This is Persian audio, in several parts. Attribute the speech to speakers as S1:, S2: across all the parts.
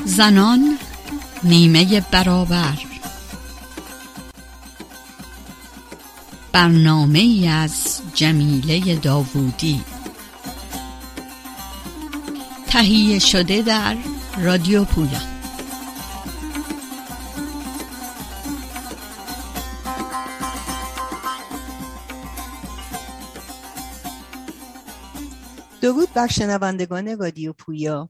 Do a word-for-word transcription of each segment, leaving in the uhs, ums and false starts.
S1: زنان نیمه برابر، برنامه ای از جمیله داوودی، تهیه شده در رادیو پویا.
S2: درود بر شنوندگان رادیو پویا.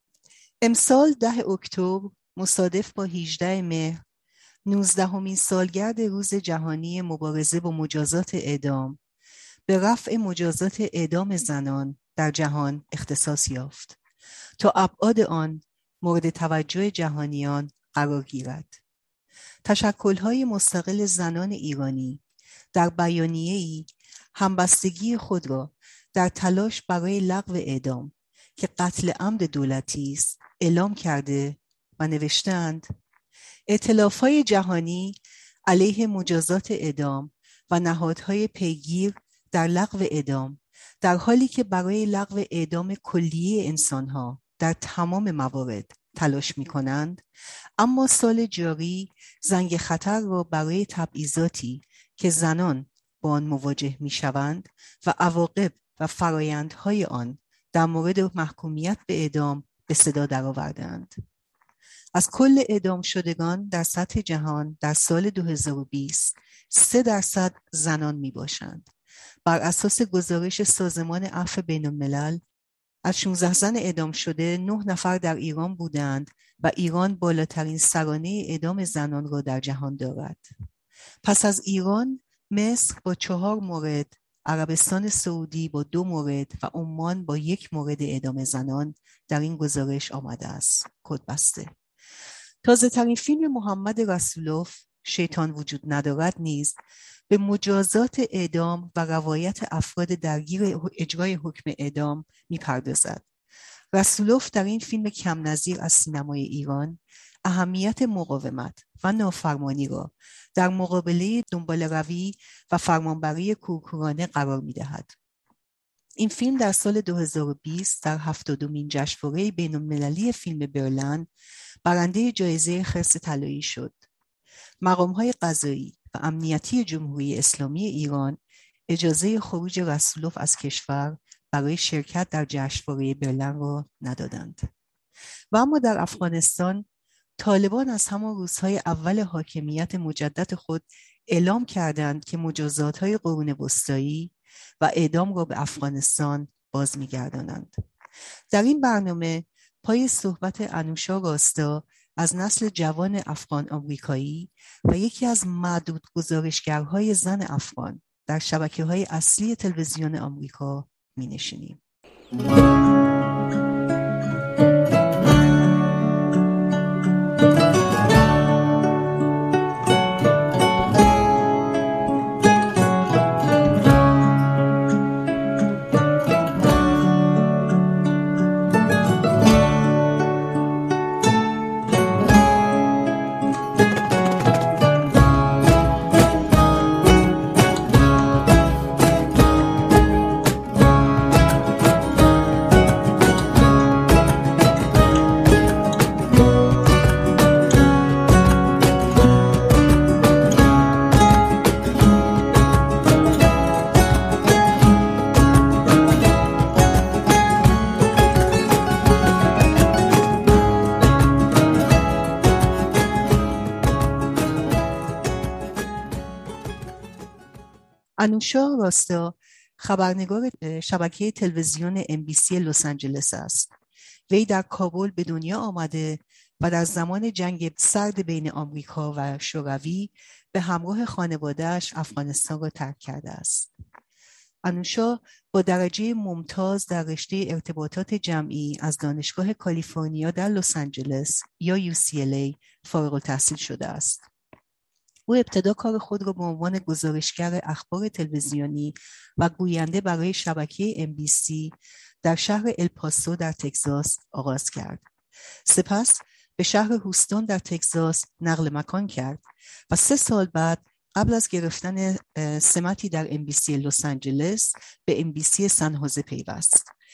S2: امسال ده اکتبر مصادف با هجدهم مهر، نوزدهمین سالگرد روز جهانی مبارزه با مجازات اعدام به رفع مجازات اعدام زنان در جهان اختصاص یافت تا ابعاد آن مورد توجه جهانیان قرار گیرد. تشکل‌های مستقل زنان ایرانی در بیانیه‌ای همبستگی خود را در تلاش برای لغو اعدام که قتل عمد دولتی است اعلام کرده و نوشتند: ائتلاف‌های جهانی علیه مجازات اعدام و نهادهای پیگیر در لغو اعدام، در حالی که برای لغو اعدام کلیه انسان‌ها در تمام موارد تلاش می‌کنند، اما سال جاری زنگ خطر را برای تبعیضاتی که زنان با آن مواجه می‌شوند و عواقب و فرایندهای آن در مورد محکومیت به اعدام به صدا درآوردند. از کل اعدام شدگان در سطح جهان در سال دو هزار و بیست سه درصد زنان می باشند. بر اساس گزارش سازمان عفو بین الملل، از شانزده زن اعدام شده نه نفر در ایران بودند و ایران بالاترین سرانه اعدام زنان را در جهان دارد. پس از ایران، مصر با چهار مورد، عربستان سعودی با دو مورد و عمان با یک مورد اعدام زنان در این گزارش آمده است. کد بسته. تازه ترین فیلم محمد رسولوف، شیطان وجود ندارد، نیز به مجازات اعدام و روایت افراد درگیر اجرای حکم اعدام می‌پردازد. رسولوف در این فیلم کم نظیر از سینمای ایران اهمیت مقاومت و نافرمانی را در مقابله دنباله‌روی و فرمانبری کورکورانه قرار می‌دهد. این فیلم در سال دو هزار و بیست در هفتادمین جشنواره بین‌المللی فیلم برلین برنده جایزه خرس طلایی شد. مقام‌های قضایی و امنیتی جمهوری اسلامی ایران اجازه خروج رسولوف از کشور برای شرکت در جشنواره برلین را ندادند. و اما در افغانستان، طالبان از همان روزهای اول حاکمیت مجدد خود اعلام کردند که مجازات‌های قرون وسطایی و اعدام را به افغانستان باز می‌گردانند. در این برنامه پای صحبت انوشا راستا از نسل جوان افغان آمریکایی و یکی از معدود گزارشگرهای زن افغان در شبکه‌های اصلی تلویزیون آمریکا می‌نشینیم. انوشا راستا خبرنگار شبکه تلویزیون ام بی سی لس آنجلس است. وی در کابل به دنیا آمده و در زمان جنگ سرد بین آمریکا و شوروی به همراه خانواده‌اش افغانستان را ترک کرده است. انوشا با درجه ممتاز در رشته ارتباطات جمعی از دانشگاه کالیفرنیا در لس آنجلس یا یو سی ال ای فارغ التحصیل شده است. او ابتدا کار خود را به عنوان گزارشگر اخبار تلویزیونی و گوینده برای شبکه ام بی سی در شهر الپاسو در تگزاس آغاز کرد. سپس به شهر هوستون در تگزاس نقل مکان کرد و سه سال بعد قبل از گرفتن سمتی در ام بی سی لس آنجلس به ام بی سی سن خوزه پیوست.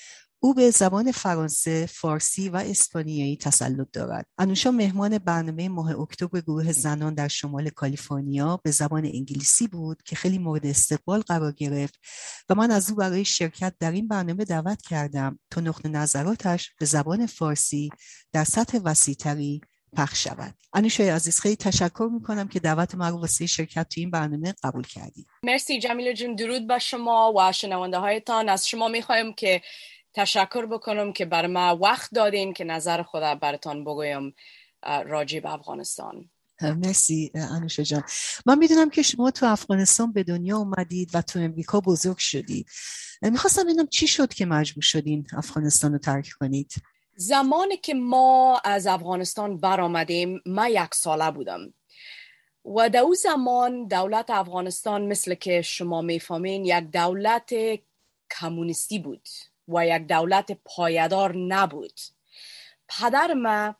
S2: او به زبان فرانسه، فارسی و اسپانیایی تسلط دارد. انوشا مهمان برنامه ماه اکتبر گروه زنان در شمال کالیفرنیا به زبان انگلیسی بود که خیلی مورد استقبال قرار گرفت و من از او برای شرکت در این برنامه دعوت کردم تا نقطه نظراتش به زبان فارسی در سطح وسیع‌تری پخش شود. انوشای عزیز، خیلی تشکر میکنم که دعوت من رو واسه شرکت تو این برنامه قبول کردید.
S3: مرسی جمیله جون، درود بر شما و شنونده هایتان. از شما میخوایم که تشکر بکنم که بر ما وقت دادین که نظر خدا براتان بگویم راجع به افغانستان.
S2: مرسی انوشا جان. من میدونم که شما تو افغانستان به دنیا اومدید و تو امریکا بزرگ شدید. میخواستم ببینم چی شد که مجبور شدین افغانستان رو ترک کنید؟
S3: زمانی که ما از افغانستان برآمدیم من یک ساله بودم و در اون زمان دولت افغانستان مثل که شما میفهمین یک دولت کمونیستی بود و یک دولت پایدار نبود. پدر من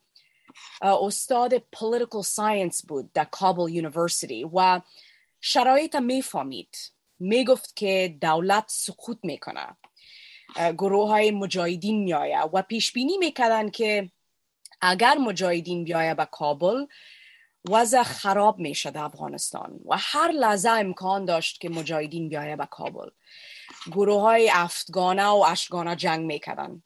S3: استاد political science بود در کابل یونیورسیتی و شرایط میفهمید. میگفت که دولت سقوط میکنه، گروه های مجاهدین میآید و پیش بینی میکردن که اگر مجاهدین بیاید به کابل وضع خراب میشه در افغانستان و هر لحظه امکان داشت که مجاهدین بیاید به کابل. گروه های افغانه و اشغانه جنگ میکردن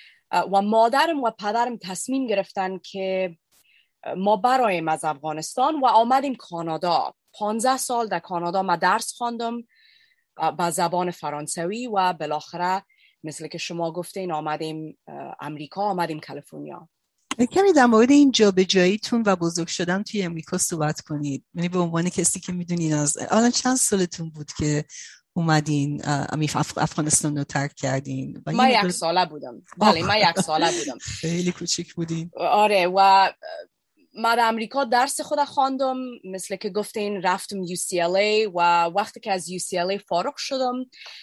S3: و مادرم و پدرم تصمیم گرفتن که ما برایم از افغانستان و آمدیم کانادا. پانزده سال در کانادا ما درس خواندم با زبان فرانسوی و بالاخره مثل که شما گفتین آمدیم امریکا، آمدیم کالیفرنیا.
S2: کمی در مورد این جابجاییتون و بزرگ شدن توی امریکا صحبت کنید. یعنی به عنوان کسی که میدونین از الان چند سالتون بود که اومدین اف... افغانستان رو ترک کردین؟
S3: من یک مدل... ساله بودم. بله من یک ساله بودم.
S2: خیلی کوچیک بودین.
S3: آره و من در امریکا درس خود خواندم، مثل که گفتین رفتم یو سی ال ای و وقتی که از یو سی ال ای فارغ شدم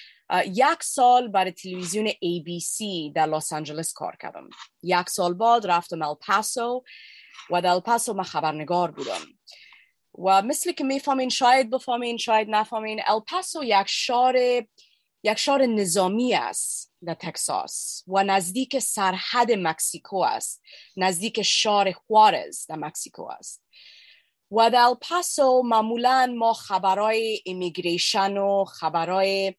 S3: یک سال برای تلویزیون ای بی سی در لس آنجلس کار کردم. یک سال بعد رفتم الپاسو و در الپاسو من خبرنگار بودم و مثل که میفهمین، شاید بفهمین شاید نفهمین، الپاسو یک شهر یک شهر نظامی است در تکساس و نزدیک سرحد مکزیکو است، نزدیک شهر خوارز در مکزیکو است. و در الپاسو معمولاً ما خبرای ایمیگریشن و خبرای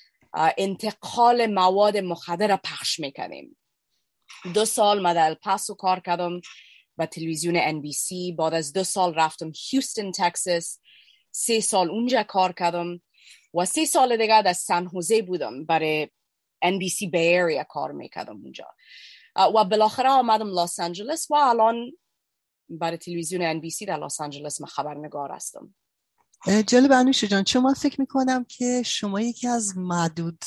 S3: انتقال مواد مخدر را پخش میکنیم. دو سال من در الپاسو کار کردم با تلویزیون ان بی سی. بعد از دو سال رفتم هیوستن تکساس، سه سال اونجا کار کردم و سه سال دیگه در سان خوزه بودم، برای ان بی سی بی ایریا کار میکردم اونجا و بالاخره آمدم لس آنجلس و الان برای تلویزیون ان بی سی در لس آنجلس من خبرنگار هستم.
S2: جالب انوشا جان، چون من فکر میکنم که شما یکی از معدود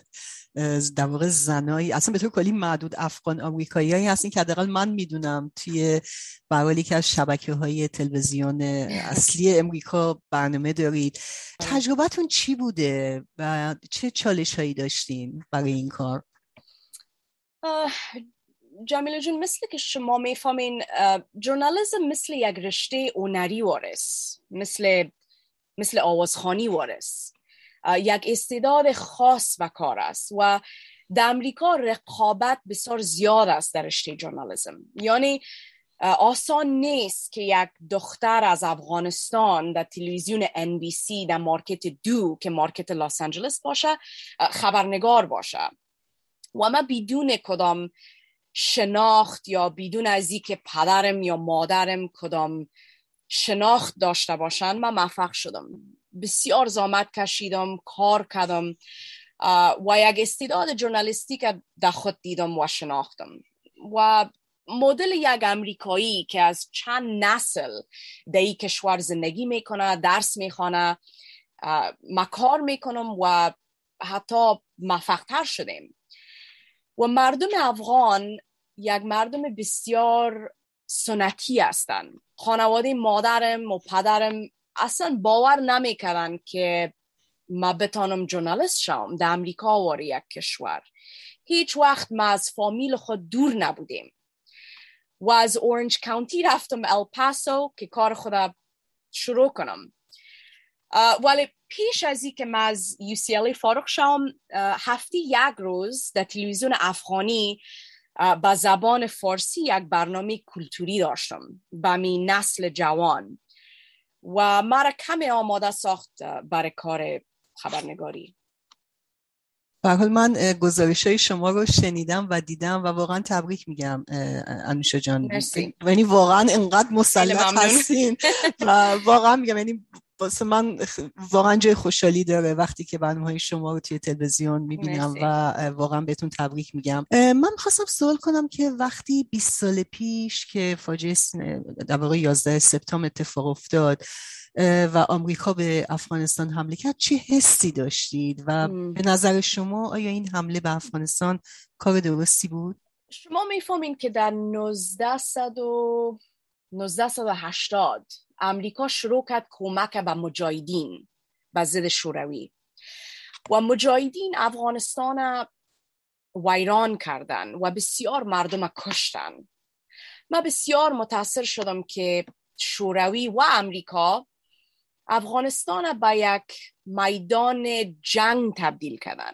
S2: در واقع زنایی، اصلا به طور کلی معدود افغان آمریکاییایی هستین که حداقل من میدونم توی برای که از شبکه‌های تلویزیون اصلی امریکا برنامه دارید. تجربتون چی بوده و چه چالش‌هایی داشتین برای این کار؟
S3: جمیله جون، مثل که شما میفهمین ژورنالیسم مثل یک رشته هنری وارس، مثل مثل آوازخوانی وارس، یک استعداد خاص و کار است و در امریکا رقابت بسیار زیاد است در رشته ژورنالیسم. یعنی آسان نیست که یک دختر از افغانستان در تلویزیون ان بی سی در مارکت دو که مارکت لس آنجلس باشه خبرنگار باشه و ما بدون کدام شناخت یا بدون از اینکه پدرم یا مادرم کدام شناخت داشته باشن من موفق شدم. بسیار زحمت کشیدم، کار کردم و یک استعداد ژورنالیستیک در خود دیدم و شناختم و مدل یک امریکایی که از چند نسل در این کشور زندگی میکنه، درس میخوانه، ما کار میکنم و حتی موفق‌تر شدیم. و مردم افغان یک مردم بسیار سنتی هستن. خانواده مادرم و پدرم اصلا باور نمیکردن که ما بتانم ژورنالیست شم در امریکا و یک کشور. هیچ وقت ما از فامیل خود دور نبودیم و از اورنج کانتی رفتم الپاسو که کار خود شروع کنم. ولی پیش از این که من از یو سی ال ای فارغ شوم، هفته یک روز در تلویزیون افغانی با زبان فارسی یک برنامه کلتوری داشتم با می نسل جوان و مرا کمی آماده ساخت برای کار خبرنگاری.
S2: به هر حال من گزارش‌های شما رو شنیدم و دیدم و واقعا تبریک میگم انوشا جان. یعنی واقعا انقدر مسلط هستین و واقعا میگم، یعنی واسه من واقعا جای خوشحالی داره وقتی که برنامه‌های شما رو توی تلویزیون میبینم و واقعا بهتون تبریک میگم. من می‌خواستم سوال کنم که وقتی بیست سال پیش که فاجعه در واقع یازده سپتامبر اتفاق افتاد و آمریکا به افغانستان حمله کرد، چه حسی داشتید و م. به نظر شما آیا این حمله به افغانستان کار درستی بود؟
S3: شما میفهمین که در نوزده هشتاد امریکا شروع کرد کمک به مجاهدین به ضد شوروی و مجاهدین افغانستان ویران کردن و بسیار مردم کشتن. من بسیار متاثر شدم که شوروی و امریکا افغانستان به یک میدان جنگ تبدیل کردن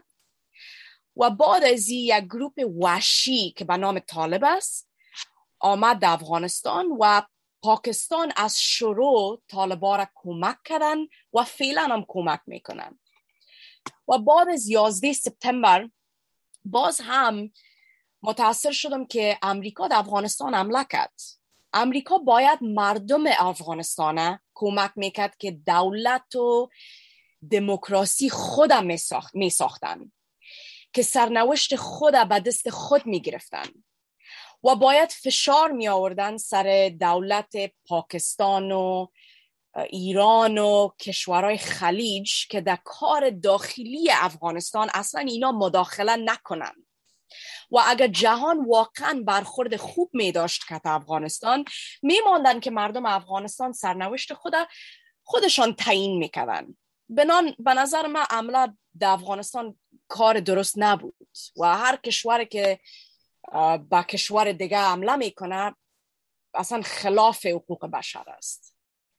S3: و بعد از این یک گروپ وحشی که به نام طالب است آمد در افغانستان و پاکستان از شروع طالبا را کمک کردن و فعلا هم کمک میکنن. و بعد از یازده سپتامبر باز هم متاثر شدم که امریکا در افغانستان حمله کرد. امریکا باید مردم افغانستان کمک میکرد که دولت و دموکراسی خود میساخت میساختن، که سرنوشت خود به دست خود میگرفتن و باید فشار می آوردن سر دولت پاکستان و ایران و کشورهای خلیج که در کار داخلی افغانستان اصلا اینا مداخله نکنن. و اگر جهان واقعا برخورد خوب می داشت که افغانستان، می ماندن که مردم افغانستان سرنوشت خود خودشان تعیین می کردن. بنان به نظر من عملا در افغانستان کار درست نبود و هر کشوری که با کشور دیگه حمله میکنه اصلا خلاف حقوق بشر است.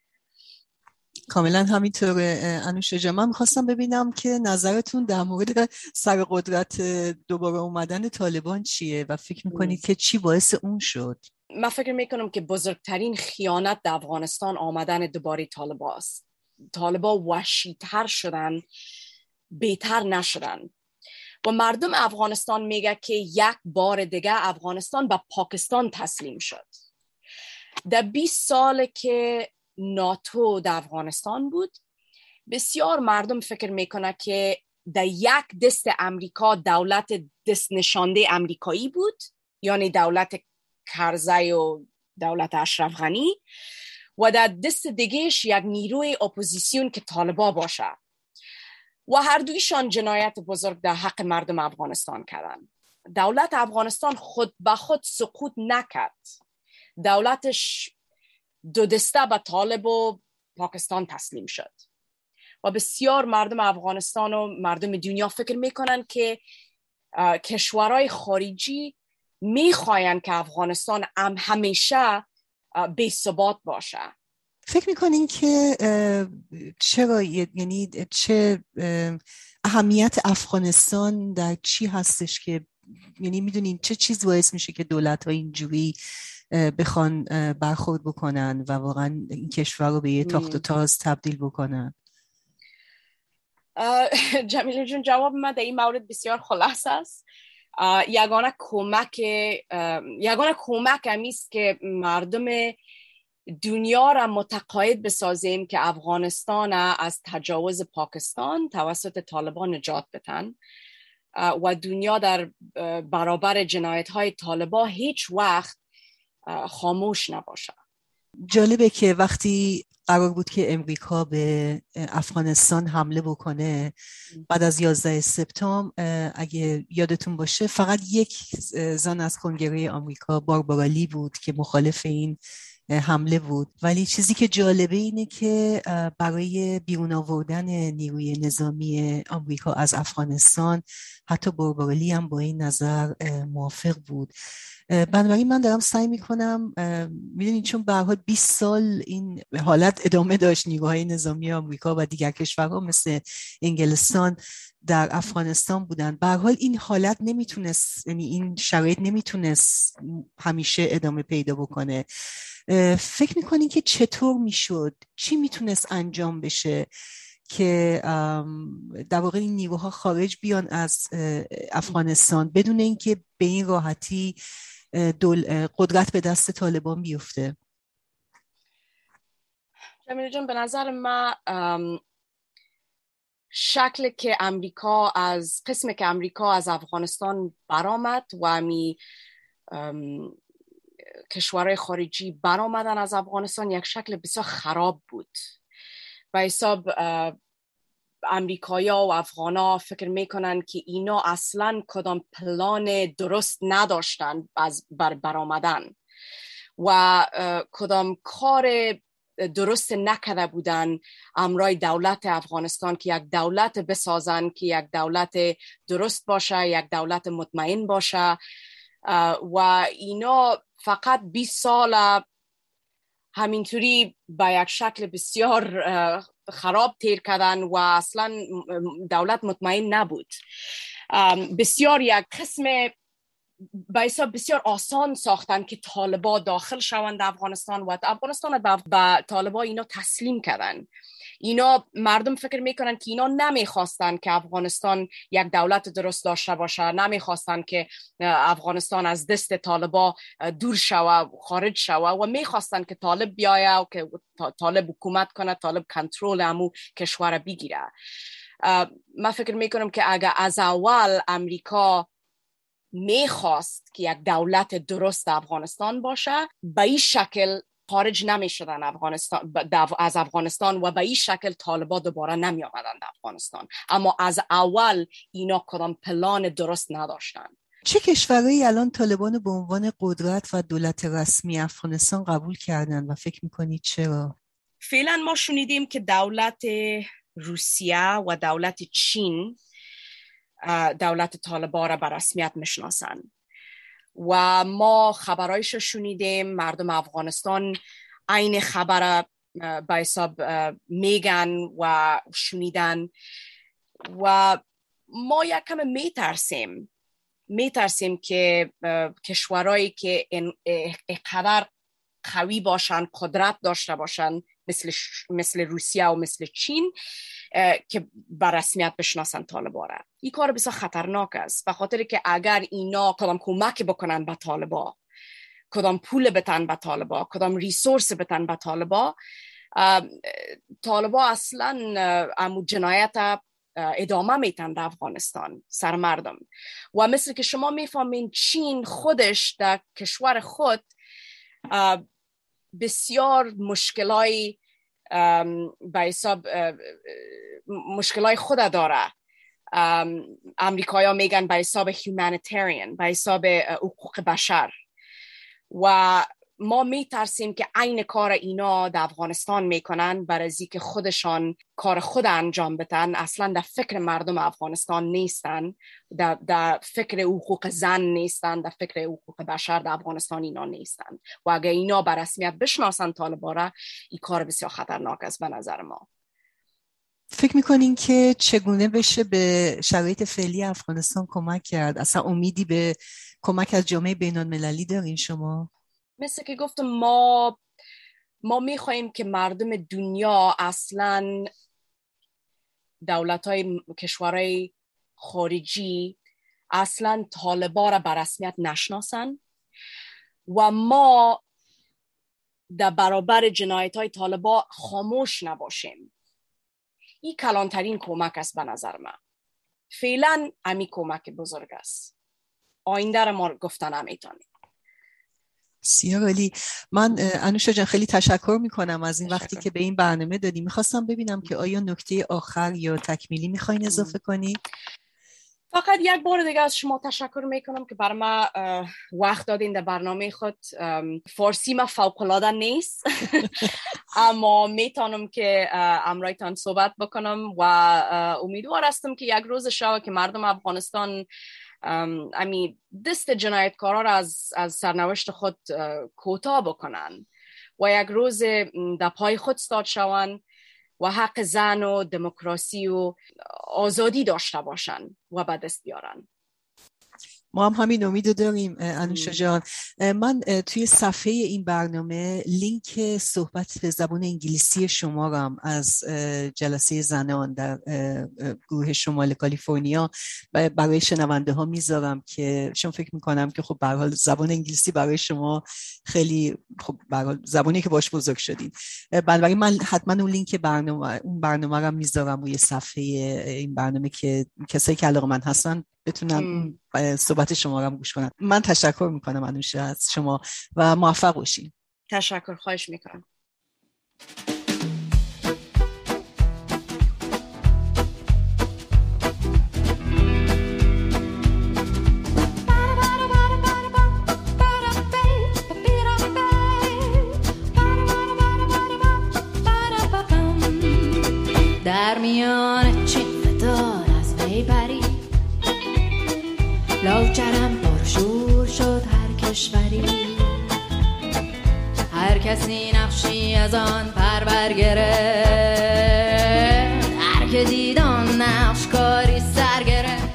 S2: کاملا همینطوره انوشا جان. من میخواستم ببینم که نظرتون در مورد سرقدرت دوباره اومدن طالبان چیه و فکر میکنید که چی باعث اون شد؟
S3: من فکر میکنم که بزرگترین خیانت در افغانستان آمدن دوباره طالبان است. طالبان وحشی‌تر شدن، بهتر نشدن و مردم افغانستان میگه که یک بار دیگه افغانستان به پاکستان تسلیم شد. در بیست سال که ناتو در افغانستان بود، بسیار مردم فکر میکنه که در یک دست امریکا دولت دست نشانده امریکایی بود، یعنی دولت کرزی و دولت اشرف غنی، و در دست دیگهش یک نیروی اپوزیسیون که طالبان باشه و هر دویشان جنایت بزرگ در حق مردم افغانستان کردن. دولت افغانستان خود به خود سقوط نکرد. دولتش دو دسته به طالب و پاکستان تسلیم شد و بسیار مردم افغانستان و مردم دنیا فکر میکنن که کشورهای خارجی میخواین که افغانستان هم همیشه بی ثبات باشه.
S2: فکر میکنین که چرا، یعنی چه اهمیت افغانستان در چی هستش که، یعنی میدونین چه چیز باعث میشه که دولت‌ها اینجوری بخوان برخورد بکنن و واقعا این کشور رو به یه تاخت و تاز تبدیل بکنن؟
S3: جمیله جون، جواب من در این مورد بسیار خلاص است. یگانه کمک یگانه کمک همیست که مردم دنیا را متقاعد بسازیم که افغانستان از تجاوز پاکستان توسط طالبان نجات بدن و دنیا در برابر جنایت‌های طالبان هیچ وقت خاموش نباشه.
S2: جالبه که وقتی قرار بود که امریکا به افغانستان حمله بکنه بعد از یازده سپتامبر، اگه یادتون باشه فقط یک زن از کنگره آمریکا، باربارا لی بود که مخالف این حمله بود. ولی چیزی که جالبه اینه که برای بیرون آوردن نیروی نظامی آمریکا از افغانستان حتی بوربارلی هم با این نظر موافق بود. بنابراین من دارم سعی میکنم، میدونید چون به هر حال بیست سال این حالت ادامه داشت، نیروهای نظامی آمریکا و دیگر کشورها مثل انگلستان در افغانستان بودن، به هر حال این حالت نمیتونست، یعنی این شرایط نمیتونست همیشه ادامه پیدا بکنه. فکر میکنین که چطور میشد، چی میتونست انجام بشه که در واقع این نیروها خارج بیان از افغانستان بدون اینکه به این راحتی دول قدرت به دست طالبان بیفته؟
S3: جمیله جان، به نظر من شکل که امریکا از قسم که امریکا از افغانستان برآمد و امی کشورهای خارجی برآمدن از افغانستان یک شکل بسیار خراب بود. به حساب امریکایی‌ها و افغانا فکر میکنن که اینا اصلا کدام پلان درست نداشتن از بر برآمدن و کدام کار درست نکرده بودن امرای دولت افغانستان که یک دولت بسازن که یک دولت درست باشه، یک دولت مطمئن باشه. و اینا فقط بیست سال همینطوری با یک شکل بسیار خراب تیر کردن و اصلا دولت مطمئن نبود. بسیار یک قسم به حساب بسیار آسان ساختن که طالبا داخل شوند افغانستان و افغانستان به طالبا اینا تسلیم کردن. اینا مردم فکر میکنن که اینا نمیخواستن که افغانستان یک دولت درست داشته باشه، نمیخواستن که افغانستان از دست طالبا دور شوه، خارج شوه و میخواستن که طالب بیایه و که طالب حکومت کنه، طالب کنترل امو کشور بگیره. من فکر میکنم که اگر از اول امریکا میخواست که یک دولت درست افغانستان باشه، به این شکل خارج نمی شدن افغانستان از افغانستان و به این شکل طالبا دوباره نمی آمدن در افغانستان. اما از اول اینا کدام پلان درست نداشتن.
S2: چه کشورهایی الان طالبان به عنوان قدرت و دولت رسمی افغانستان قبول کردن و فکر میکنید چرا؟
S3: فعلا ما شنیدیم که دولت روسیه و دولت چین دولت طالبان را به رسمیت میشناسن و ما خبرایش شنیدیم. مردم افغانستان عین خبر به حساب میگن و شنیدن و ما یک کم میترسیم میترسیم که کشورهایی که اینقدر قوی باشن، قدرت داشته باشن مثل مثل روسیه و مثل چین که به رسمیت بشناسن طالبان را. این کار بسیار خطرناک است، به خاطر که اگر اینا کدام کمک بکنن به طالبان، کدام پول بتن به طالبان، کدام ریسورس بتن به طالبان، طالبان اصلا امو جنایت ادامه میتن در افغانستان سر مردم. و مثل که شما میفهمین چین خودش در کشور خود بسیار مشکلای به حساب مشکلای خود داره. امریکایی ها میگن به حساب humanitarian، به حساب حقوق بشر و ما میترسیم که عین کار اینا در افغانستان میکنن برای از اینکه خودشان کار خود انجام بدن. اصلا در فکر مردم افغانستان نیستن، در, در فکر حقوق زن نیستن، در فکر حقوق بشر در افغانستان اینا نیستن و اگر اینا به رسمیت بشناسن طالبان را، این کار بسیار خطرناک است به نظر ما.
S2: فکر میکنین که چگونه بشه به شرایط فعلی افغانستان کمک کرد؟ اصلا امیدی به کمک از جامعه بین المللی دارین شما؟
S3: مثل که گفتم ما ما میخواییم که مردم دنیا اصلا دولت‌های کشورهای خارجی اصلا طالبان را به رسمیت نشناسن و ما در برابر جنایت‌های طالبان خاموش نباشیم. این کلانترین کمک است به نظر من. فعلا امی کمک بزرگ است. آینده را ما گفتن نمیتونیم.
S2: بسیار عالی. من انوشا جان خیلی تشکر میکنم از این تشکر. وقتی که به این برنامه دادی. میخواستم ببینم که آیا نکته آخر یا تکمیلی میخواین اضافه کنی؟
S3: فقط یک بار دیگه از شما تشکر میکنم که برای ما وقت دادین در برنامه خود. فارسی ما فوق‌العاده نیست اما میتونم که امرایتان صحبت بکنم و امیدوار هستم که یک روز شاو که مردم افغانستان امی دست جنایتکارا را از از سرنوشت خود کوتاه بکنن و یک روز در پای خود استاد شوند و حق زن و دموکراسی و آزادی داشته باشن و به دست بیارن.
S2: ما هم همین امید داریم انوشا جان. من توی صفحه این برنامه لینک صحبت به زبان انگلیسی شما رو هم از جلسه زنان در گروه شمال کالیفرنیا برای شنونده ها میذارم که چون فکر میکنم که خب به هر حال زبان انگلیسی برای شما خیلی خب به هر حال زبانی که باش بزرگ شدین. بنابراین من حتما اون لینک برنامه اون برنامه رو میذارم روی صفحه این برنامه که کسایی که علاقه‌مند هستن بتونن صحبت شما رو هم گوش کنن. من تشکر میکنم انوشا از شما و موفق باشین.
S3: تشکر، خواهش میکنم.
S4: در میان چین دار از وی پری لاجرم پرشور شد هر کشوری، هر کسی نقشی از آن پر برگرفت، هر که دید آن نقش کاری سر گرفت.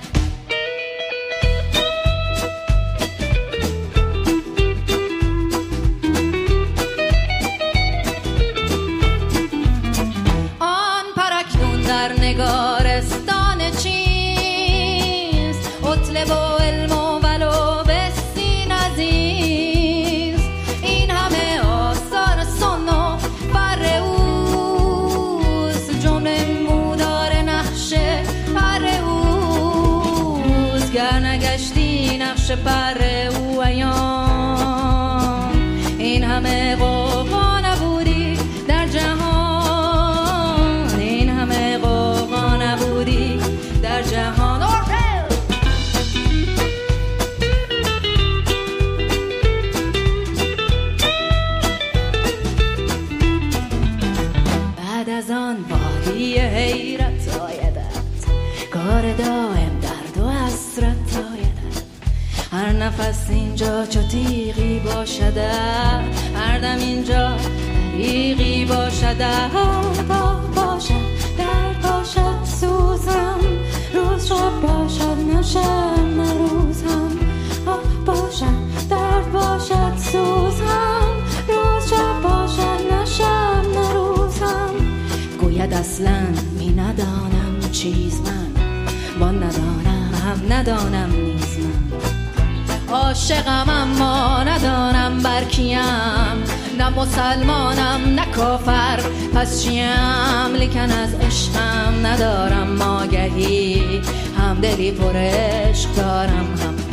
S4: آن پرکنون در نگارستان چیست، اطلب و علم و ولو بسین عزیز، این همه آثار سن و فر اوست، جمله مودار نقشه پر اوست، گر نگشتی نقش پر او ایام، این همه قوقا نبودی در جهان، این همه قوقا نبودی در جهان. بعد از آن وادی حیرت آیدت، کار دائم درد و حسرت آیدت، هر نفس اینجا چو تیغی باشدت، هر دم اینجا دریغی باشدت، آه باشد درد باشد سوزم، روز شب باشد نه شب نه روز هم، آه باشد درد باشد سوزم، روز شب باشد نه شب نه روز هم. گوید اصلا می ندانم چیز من، وان ندانم هم ندانم نیز من، عاشقم اما ندانم بر کیم، نه مسلمانم نه کافر پس چیم، لیکن از عشقم ندارم آگهی، هم دلی پر عشق دارم هم